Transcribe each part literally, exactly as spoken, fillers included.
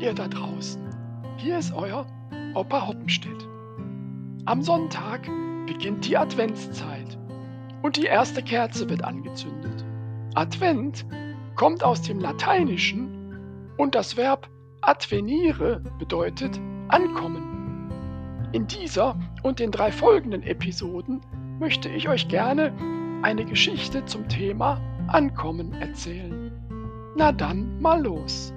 ihr da draußen. Hier ist euer Opa Hoppenstedt. Am Sonntag beginnt die Adventszeit und die erste Kerze wird angezündet. Advent kommt aus dem Lateinischen und das Verb advenire bedeutet ankommen. In dieser und den drei folgenden Episoden möchte ich euch gerne eine Geschichte zum Thema Ankommen erzählen. Na dann mal los.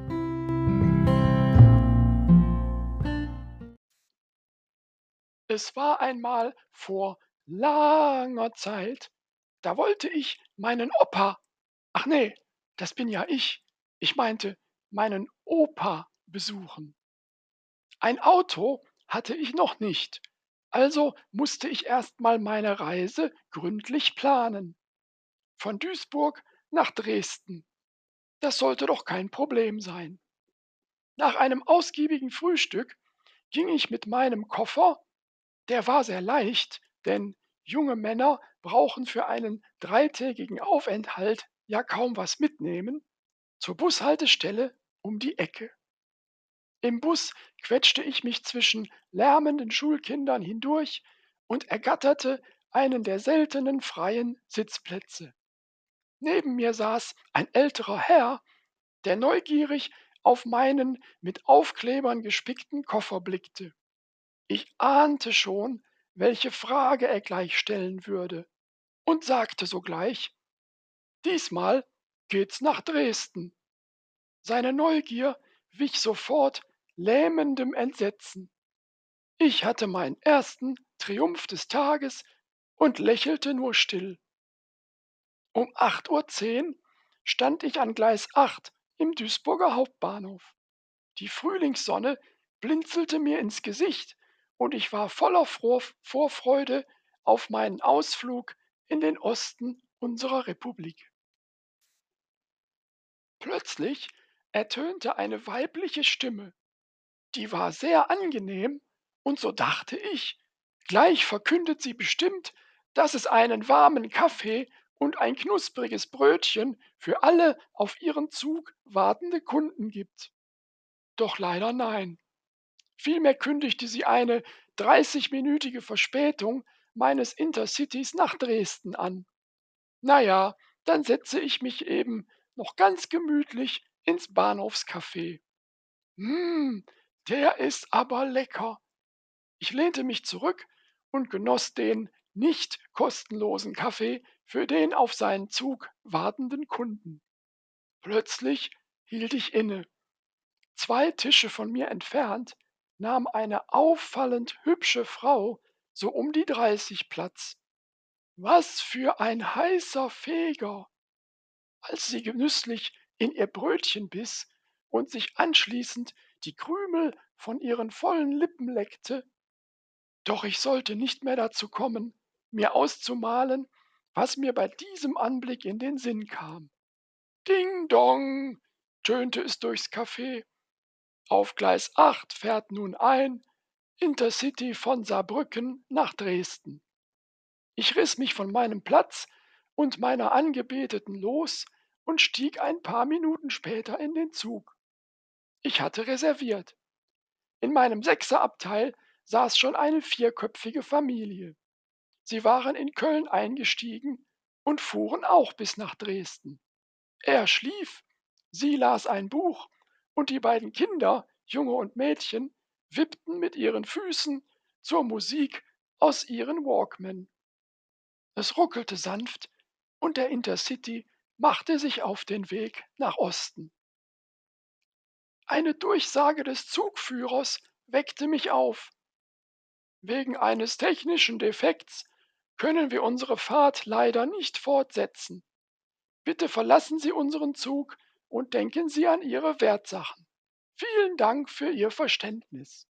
Es war einmal vor langer Zeit, da wollte ich meinen Opa, ach nee, das bin ja ich, ich meinte meinen Opa besuchen. Ein Auto hatte ich noch nicht, also musste ich erst mal meine Reise gründlich planen. Von Duisburg nach Dresden. Das sollte doch kein Problem sein. Nach einem ausgiebigen Frühstück ging ich mit meinem Koffer, der war sehr leicht, denn junge Männer brauchen für einen dreitägigen Aufenthalt ja kaum was mitnehmen, zur Bushaltestelle um die Ecke. Im Bus quetschte ich mich zwischen lärmenden Schulkindern hindurch und ergatterte einen der seltenen freien Sitzplätze. Neben mir saß ein älterer Herr, der neugierig auf meinen mit Aufklebern gespickten Koffer blickte. Ich ahnte schon, welche Frage er gleich stellen würde, und sagte sogleich: „Diesmal geht's nach Dresden." Seine Neugier wich sofort lähmendem Entsetzen. Ich hatte meinen ersten Triumph des Tages und lächelte nur still. Um acht Uhr zehn stand ich an Gleis acht im Duisburger Hauptbahnhof. Die Frühlingssonne blinzelte mir ins Gesicht und ich war voller Froh Vorfreude auf meinen Ausflug in den Osten unserer Republik. Plötzlich ertönte eine weibliche Stimme, die war sehr angenehm, und so dachte ich, gleich verkündet sie bestimmt, dass es einen warmen Kaffee und ein knuspriges Brötchen für alle auf ihren Zug wartende Kunden gibt. Doch leider nein. Vielmehr kündigte sie eine dreißigminütige Verspätung meines Intercitys nach Dresden an. Na ja, dann setze ich mich eben noch ganz gemütlich ins Bahnhofscafé. Hm, der ist aber lecker. Ich lehnte mich zurück und genoss den nicht kostenlosen Kaffee für den auf seinen Zug wartenden Kunden. Plötzlich hielt ich inne. Zwei Tische von mir entfernt nahm eine auffallend hübsche Frau, so um die dreißig, Platz. Was für ein heißer Feger! Als sie genüsslich in ihr Brötchen biss und sich anschließend die Krümel von ihren vollen Lippen leckte. Doch ich sollte nicht mehr dazu kommen, mir auszumalen, was mir bei diesem Anblick in den Sinn kam. Ding dong, tönte es durchs Café. Auf Gleis acht fährt nun ein Intercity von Saarbrücken nach Dresden. Ich riss mich von meinem Platz und meiner Angebeteten los und stieg ein paar Minuten später in den Zug. Ich hatte reserviert. In meinem Sechserabteil saß schon eine vierköpfige Familie. Sie waren in Köln eingestiegen und fuhren auch bis nach Dresden. Er schlief, sie las ein Buch und die beiden Kinder, Junge und Mädchen, wippten mit ihren Füßen zur Musik aus ihren Walkman. Es ruckelte sanft und der Intercity machte sich auf den Weg nach Osten. Eine Durchsage des Zugführers weckte mich auf. Wegen eines technischen Defekts können wir unsere Fahrt leider nicht fortsetzen. Bitte verlassen Sie unseren Zug und denken Sie an Ihre Wertsachen. Vielen Dank für Ihr Verständnis.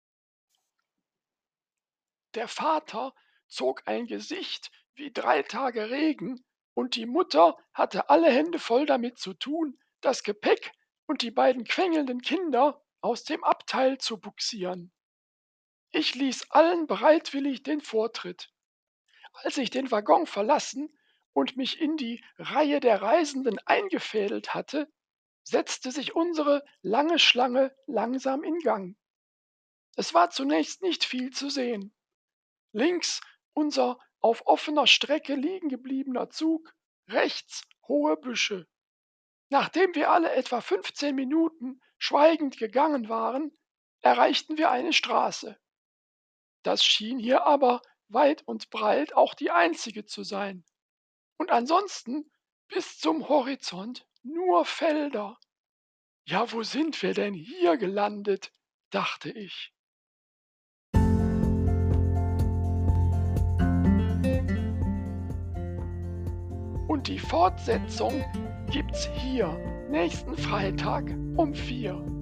Der Vater zog ein Gesicht wie drei Tage Regen und die Mutter hatte alle Hände voll damit zu tun, das Gepäck und die beiden quengelnden Kinder aus dem Abteil zu bugsieren. Ich ließ allen bereitwillig den Vortritt. Als ich den Waggon verlassen und mich in die Reihe der Reisenden eingefädelt hatte, setzte sich unsere lange Schlange langsam in Gang. Es war zunächst nicht viel zu sehen. Links unser auf offener Strecke liegen gebliebener Zug, rechts hohe Büsche. Nachdem wir alle etwa fünfzehn Minuten schweigend gegangen waren, erreichten wir eine Straße. Das schien hier aber weit und breit auch die einzige zu sein. Und ansonsten bis zum Horizont nur Felder. Ja, wo sind wir denn hier gelandet? Dachte ich. Und die Fortsetzung gibt's hier nächsten Freitag um vier.